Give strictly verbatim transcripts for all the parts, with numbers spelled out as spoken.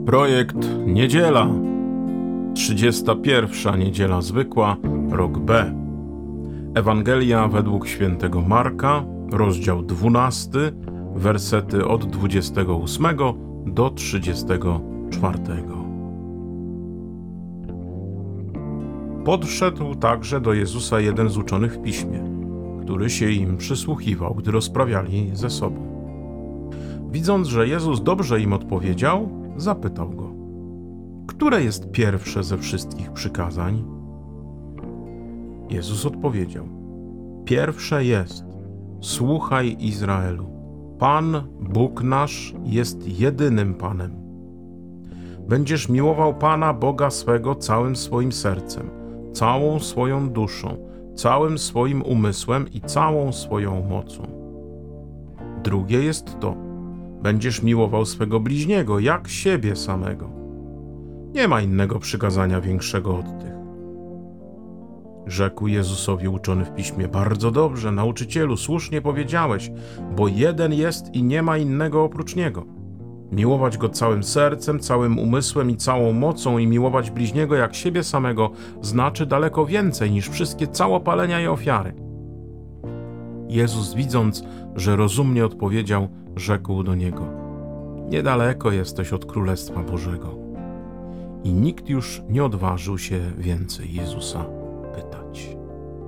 Projekt Niedziela. trzydziesta pierwsza Niedziela Zwykła, rok B. Ewangelia według świętego Marka, rozdział dwunasty, wersety od dwudziestego ósmego do trzydziestego czwartego. Podszedł także do Jezusa jeden z uczonych w piśmie, który się im przysłuchiwał, gdy rozprawiali ze sobą. Widząc, że Jezus dobrze im odpowiedział, zapytał go: które jest pierwsze ze wszystkich przykazań? Jezus odpowiedział: pierwsze jest: słuchaj, Izraelu, Pan, Bóg nasz, jest jedynym Panem. Będziesz miłował Pana Boga swego całym swoim sercem, całą swoją duszą, całym swoim umysłem i całą swoją mocą. Drugie jest to: będziesz miłował swego bliźniego jak siebie samego. Nie ma innego przykazania większego od tych. Rzekł Jezusowi uczony w piśmie: bardzo dobrze, nauczycielu, słusznie powiedziałeś, bo jeden jest i nie ma innego oprócz Niego. Miłować Go całym sercem, całym umysłem i całą mocą i miłować bliźniego jak siebie samego znaczy daleko więcej niż wszystkie całopalenia i ofiary. Jezus, widząc, że rozumnie odpowiedział, rzekł do niego: niedaleko jesteś od Królestwa Bożego. I nikt już nie odważył się więcej Jezusa pytać.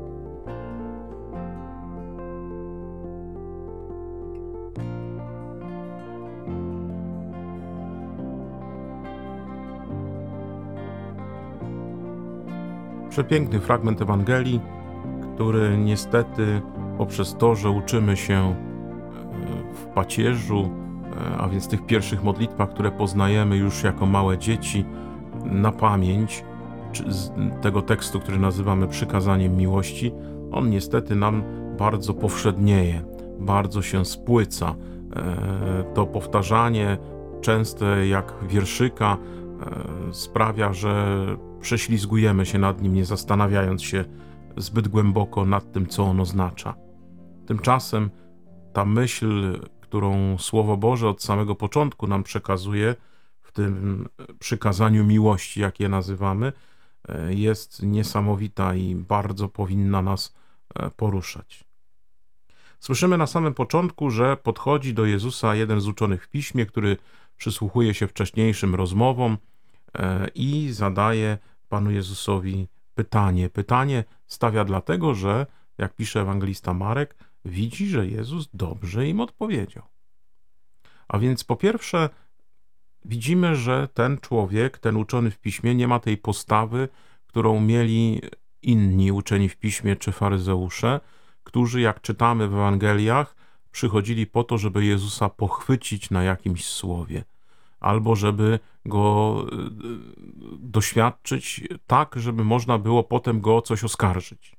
Przepiękny fragment Ewangelii, który niestety poprzez to, że uczymy się w pacierzu, a więc tych pierwszych modlitwach, które poznajemy już jako małe dzieci na pamięć, czy z tego tekstu, który nazywamy przykazaniem miłości, on niestety nam bardzo powszednieje, bardzo się spłyca. To powtarzanie częste jak wierszyka sprawia, że prześlizgujemy się nad nim, nie zastanawiając się zbyt głęboko nad tym, co on oznacza. Tymczasem ta myśl, którą Słowo Boże od samego początku nam przekazuje w tym przykazaniu miłości, jak je nazywamy, jest niesamowita i bardzo powinna nas poruszać. Słyszymy na samym początku, że podchodzi do Jezusa jeden z uczonych w piśmie, który przysłuchuje się wcześniejszym rozmowom i zadaje Panu Jezusowi pytanie. Pytanie stawia dlatego, że, jak pisze ewangelista Marek, widzi, że Jezus dobrze im odpowiedział. A więc po pierwsze widzimy, że ten człowiek, ten uczony w piśmie nie ma tej postawy, którą mieli inni uczeni w piśmie czy faryzeusze, którzy, jak czytamy w Ewangeliach, przychodzili po to, żeby Jezusa pochwycić na jakimś słowie, albo żeby go doświadczyć tak, żeby można było potem go o coś oskarżyć.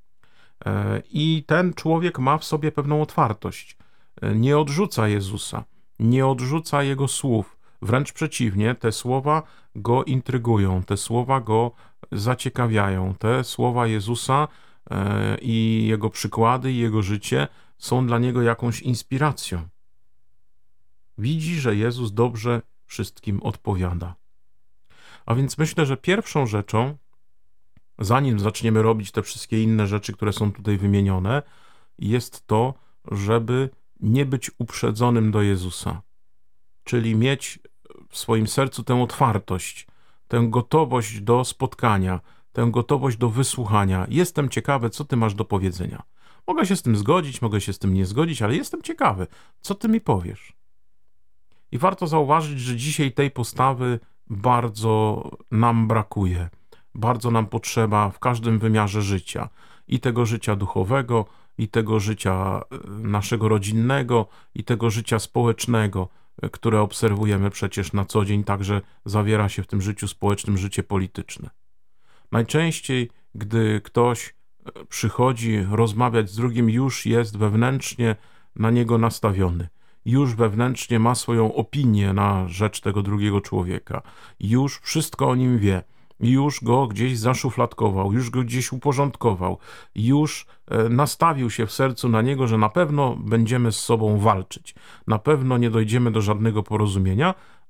I ten człowiek ma w sobie pewną otwartość. Nie odrzuca Jezusa, nie odrzuca Jego słów. Wręcz przeciwnie, te słowa go intrygują, te słowa go zaciekawiają. Te słowa Jezusa i Jego przykłady, i Jego życie są dla niego jakąś inspiracją. Widzi, że Jezus dobrze wszystkim odpowiada. A więc myślę, że pierwszą rzeczą, zanim zaczniemy robić te wszystkie inne rzeczy, które są tutaj wymienione, jest to, żeby nie być uprzedzonym do Jezusa. Czyli mieć w swoim sercu tę otwartość, tę gotowość do spotkania, tę gotowość do wysłuchania. Jestem ciekawy, co Ty masz do powiedzenia. Mogę się z tym zgodzić, mogę się z tym nie zgodzić, ale jestem ciekawy, co Ty mi powiesz. I warto zauważyć, że dzisiaj tej postawy bardzo nam brakuje. Bardzo nam potrzeba w każdym wymiarze życia. I tego życia duchowego, i tego życia naszego rodzinnego, i tego życia społecznego, które obserwujemy przecież na co dzień, także zawiera się w tym życiu społecznym życie polityczne. Najczęściej, gdy ktoś przychodzi rozmawiać z drugim, już jest wewnętrznie na niego nastawiony. Już wewnętrznie ma swoją opinię na rzecz tego drugiego człowieka. Już wszystko o nim wie. Już go gdzieś zaszufladkował, już go gdzieś uporządkował, już nastawił się w sercu na niego, że na pewno będziemy z sobą walczyć, na pewno nie dojdziemy do żadnego porozumienia,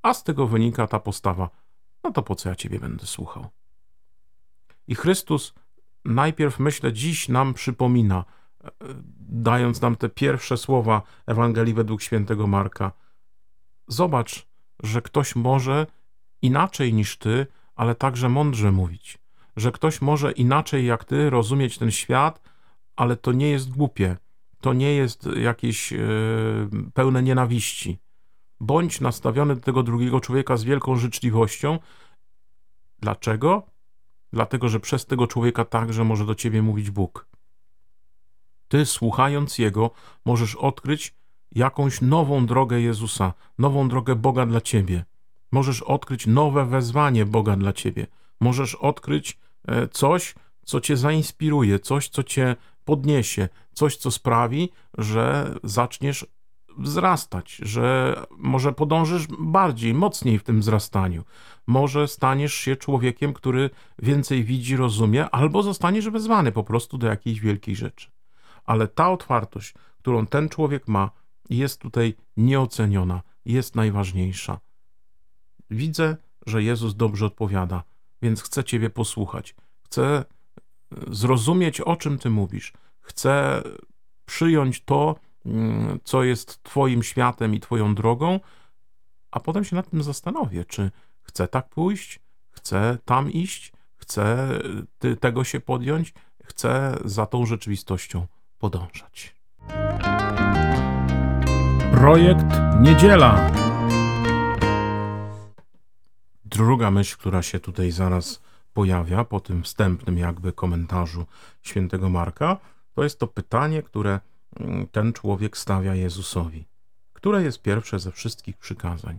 a z tego wynika ta postawa, no to po co ja ciebie będę słuchał? I Chrystus najpierw, myślę, dziś nam przypomina, dając nam te pierwsze słowa Ewangelii według świętego Marka. Zobacz, że ktoś może inaczej niż ty, ale także mądrze mówić. Że ktoś może inaczej jak ty rozumieć ten świat, ale to nie jest głupie. To nie jest jakieś yy, pełne nienawiści. Bądź nastawiony do tego drugiego człowieka z wielką życzliwością. Dlaczego? Dlatego, że przez tego człowieka także może do ciebie mówić Bóg. Ty, słuchając Jego, możesz odkryć jakąś nową drogę Jezusa, nową drogę Boga dla ciebie. Możesz odkryć nowe wezwanie Boga dla ciebie. Możesz odkryć coś, co cię zainspiruje, coś, co cię podniesie, coś, co sprawi, że zaczniesz wzrastać, że może podążysz bardziej, mocniej w tym wzrastaniu. Może staniesz się człowiekiem, który więcej widzi, rozumie, albo zostaniesz wezwany po prostu do jakiejś wielkiej rzeczy. Ale ta otwartość, którą ten człowiek ma, jest tutaj nieoceniona, jest najważniejsza. Widzę, że Jezus dobrze odpowiada, więc chcę ciebie posłuchać. Chcę zrozumieć, o czym ty mówisz. Chcę przyjąć to, co jest twoim światem i twoją drogą, a potem się nad tym zastanowię, czy chcę tak pójść, chcę tam iść, chcę ty tego się podjąć, chcę za tą rzeczywistością podążać. Projekt Niedziela. Druga myśl, która się tutaj zaraz pojawia po tym wstępnym jakby komentarzu świętego Marka, to jest to pytanie, które ten człowiek stawia Jezusowi. Które jest pierwsze ze wszystkich przykazań?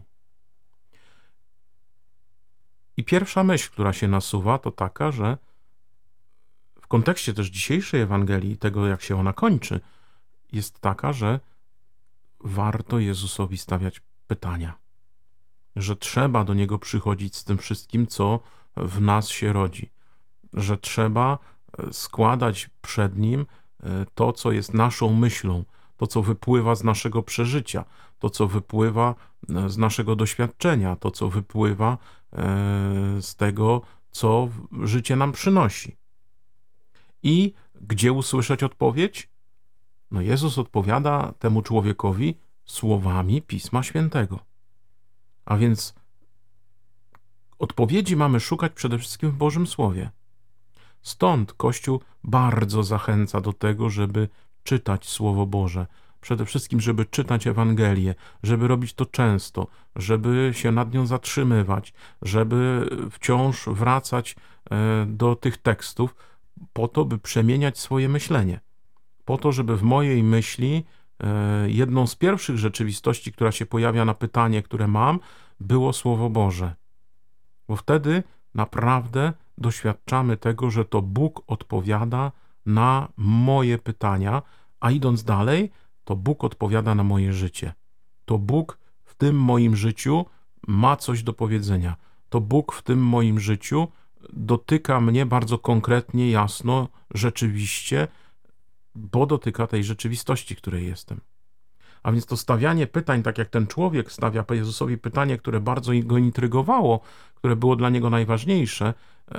I pierwsza myśl, która się nasuwa, to taka, że w kontekście też dzisiejszej Ewangelii i tego, jak się ona kończy, jest taka, że warto Jezusowi stawiać pytania. Że trzeba do Niego przychodzić z tym wszystkim, co w nas się rodzi. Że trzeba składać przed Nim to, co jest naszą myślą, to, co wypływa z naszego przeżycia, to, co wypływa z naszego doświadczenia, to, co wypływa z tego, co życie nam przynosi. I gdzie usłyszeć odpowiedź? No Jezus odpowiada temu człowiekowi słowami Pisma Świętego. A więc odpowiedzi mamy szukać przede wszystkim w Bożym Słowie. Stąd Kościół bardzo zachęca do tego, żeby czytać Słowo Boże. Przede wszystkim, żeby czytać Ewangelię, żeby robić to często, żeby się nad nią zatrzymywać, żeby wciąż wracać do tych tekstów, po to, by przemieniać swoje myślenie. Po to, żeby w mojej myśli jedną z pierwszych rzeczywistości, która się pojawia na pytanie, które mam, było Słowo Boże. Bo wtedy naprawdę doświadczamy tego, że to Bóg odpowiada na moje pytania, a idąc dalej, to Bóg odpowiada na moje życie. To Bóg w tym moim życiu ma coś do powiedzenia. To Bóg w tym moim życiu dotyka mnie bardzo konkretnie, jasno, rzeczywiście, bo dotyka tej rzeczywistości, w której jestem. A więc to stawianie pytań, tak jak ten człowiek stawia Jezusowi pytanie, które bardzo go intrygowało, które było dla niego najważniejsze,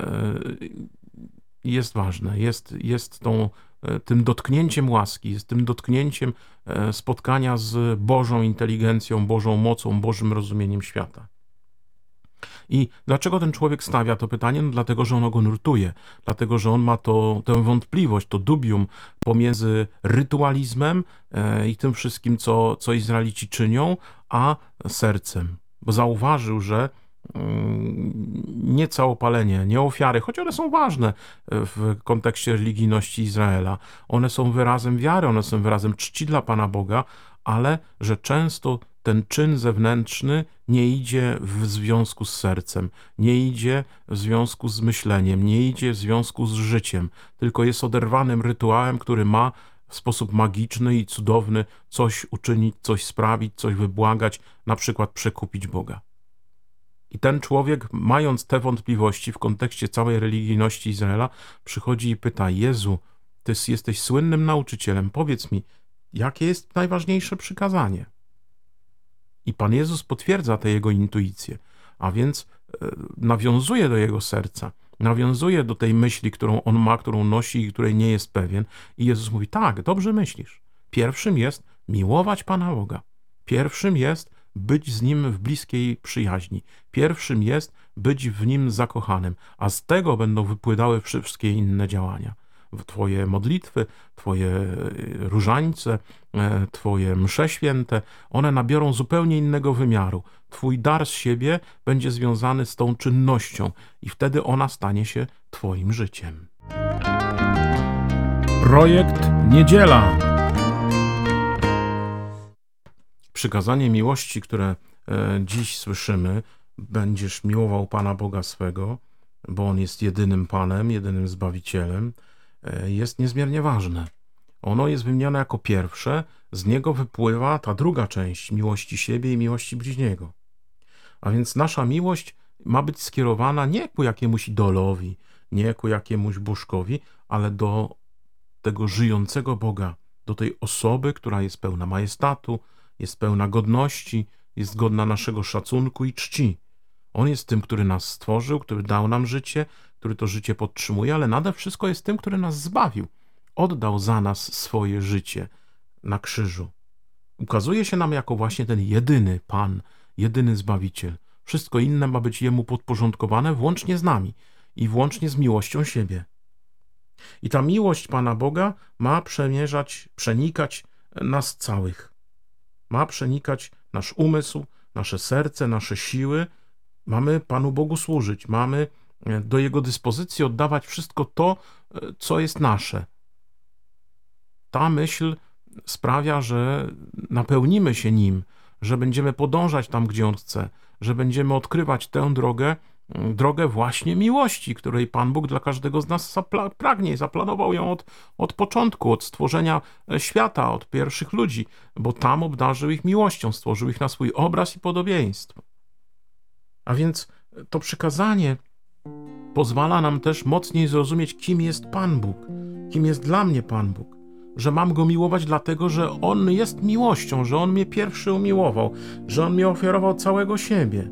jest ważne, jest, jest tą, tym dotknięciem łaski, jest tym dotknięciem spotkania z Bożą inteligencją, Bożą mocą, Bożym rozumieniem świata. I dlaczego ten człowiek stawia to pytanie? No dlatego, że ono go nurtuje, dlatego, że on ma to, tę wątpliwość, to dubium pomiędzy rytualizmem e, i tym wszystkim, co, co Izraelici czynią, a sercem. Bo zauważył, że nie całopalenie, nie ofiary, choć one są ważne w kontekście religijności Izraela. One są wyrazem wiary, one są wyrazem czci dla Pana Boga, ale że często ten czyn zewnętrzny nie idzie w związku z sercem, nie idzie w związku z myśleniem, nie idzie w związku z życiem, tylko jest oderwanym rytuałem, który ma w sposób magiczny i cudowny coś uczynić, coś sprawić, coś wybłagać, na przykład przekupić Boga. I ten człowiek, mając te wątpliwości w kontekście całej religijności Izraela, przychodzi i pyta: Jezu, Ty jesteś słynnym nauczycielem, powiedz mi, jakie jest najważniejsze przykazanie? I Pan Jezus potwierdza te jego intuicje, a więc e, nawiązuje do jego serca, nawiązuje do tej myśli, którą on ma, którą nosi i której nie jest pewien. I Jezus mówi, tak, dobrze myślisz. Pierwszym jest miłować Pana Boga. Pierwszym jest być z Nim w bliskiej przyjaźni. Pierwszym jest być w Nim zakochanym, a z tego będą wypływały wszystkie inne działania. Twoje modlitwy, Twoje różańce, Twoje msze święte, one nabiorą zupełnie innego wymiaru. Twój dar z siebie będzie związany z tą czynnością i wtedy ona stanie się Twoim życiem. Projekt Niedziela. Przykazanie miłości, które dziś słyszymy, będziesz miłował Pana Boga swego, bo On jest jedynym Panem, jedynym Zbawicielem, jest niezmiernie ważne. Ono jest wymienione jako pierwsze, z niego wypływa ta druga część miłości siebie i miłości bliźniego. A więc nasza miłość ma być skierowana nie ku jakiemuś idolowi, nie ku jakiemuś bożkowi, ale do tego żyjącego Boga, do tej osoby, która jest pełna majestatu, jest pełna godności, jest godna naszego szacunku i czci. On jest tym, który nas stworzył, który dał nam życie, który to życie podtrzymuje, ale nade wszystko jest tym, który nas zbawił. Oddał za nas swoje życie na krzyżu. Ukazuje się nam jako właśnie ten jedyny Pan, jedyny Zbawiciel. Wszystko inne ma być Jemu podporządkowane, włącznie z nami i włącznie z miłością siebie. I ta miłość Pana Boga ma przemierzać, przenikać nas całych. Ma przenikać nasz umysł, nasze serce, nasze siły. Mamy Panu Bogu służyć, mamy do Jego dyspozycji oddawać wszystko to, co jest nasze. Ta myśl sprawia, że napełnimy się Nim, że będziemy podążać tam, gdzie On chce, że będziemy odkrywać tę drogę, drogę właśnie miłości, której Pan Bóg dla każdego z nas zapla- pragnie i zaplanował ją od, od początku, od stworzenia świata, od pierwszych ludzi, bo tam obdarzył ich miłością, stworzył ich na swój obraz i podobieństwo. A więc to przykazanie pozwala nam też mocniej zrozumieć, kim jest Pan Bóg, kim jest dla mnie Pan Bóg, że mam Go miłować dlatego, że On jest miłością, że On mnie pierwszy umiłował, że On mi ofiarował całego siebie.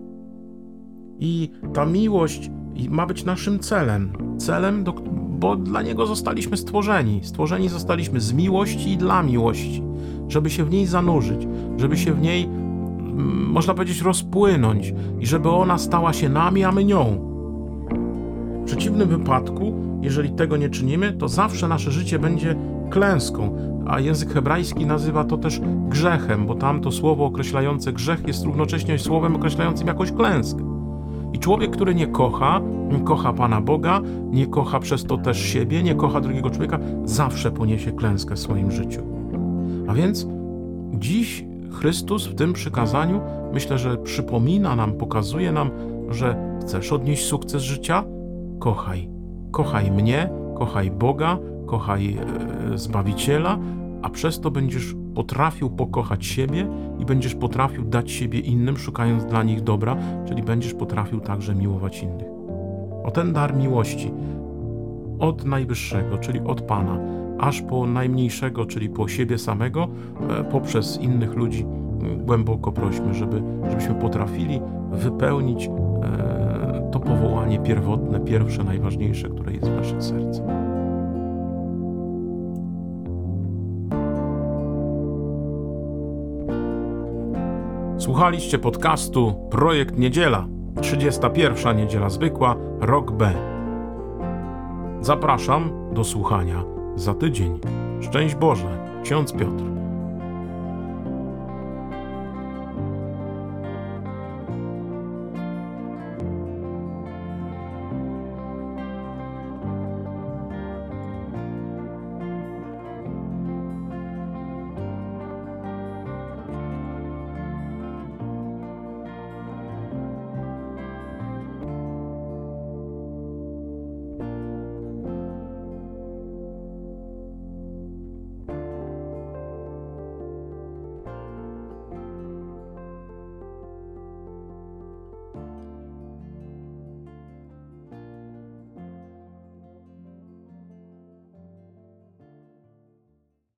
I ta miłość ma być naszym celem, celem, do, bo dla Niego zostaliśmy stworzeni. Stworzeni zostaliśmy z miłości i dla miłości, żeby się w niej zanurzyć, żeby się w niej, można powiedzieć, rozpłynąć i żeby ona stała się nami, a my nią. W przeciwnym wypadku, jeżeli tego nie czynimy, to zawsze nasze życie będzie klęską, a język hebrajski nazywa to też grzechem, bo tam to słowo określające grzech jest równocześnie słowem określającym jakąś klęskę. I człowiek, który nie kocha, nie kocha Pana Boga, nie kocha przez to też siebie, nie kocha drugiego człowieka, zawsze poniesie klęskę w swoim życiu. A więc dziś Chrystus w tym przykazaniu, myślę, że przypomina nam, pokazuje nam, że chcesz odnieść sukces życia? Kochaj. Kochaj mnie, kochaj Boga, kochaj e, Zbawiciela, a przez to będziesz potrafił pokochać siebie i będziesz potrafił dać siebie innym, szukając dla nich dobra, czyli będziesz potrafił także miłować innych. O ten dar miłości od Najwyższego, czyli od Pana, aż po najmniejszego, czyli po siebie samego, e, poprzez innych ludzi głęboko prośmy, żeby, żebyśmy potrafili wypełnić e, to powołanie pierwotne, pierwsze, najważniejsze, które jest w naszych sercach. Słuchaliście podcastu Projekt Niedziela, trzydziesta pierwsza Niedziela Zwykła, rok B. Zapraszam do słuchania za tydzień. Szczęść Boże, ksiądz Piotr.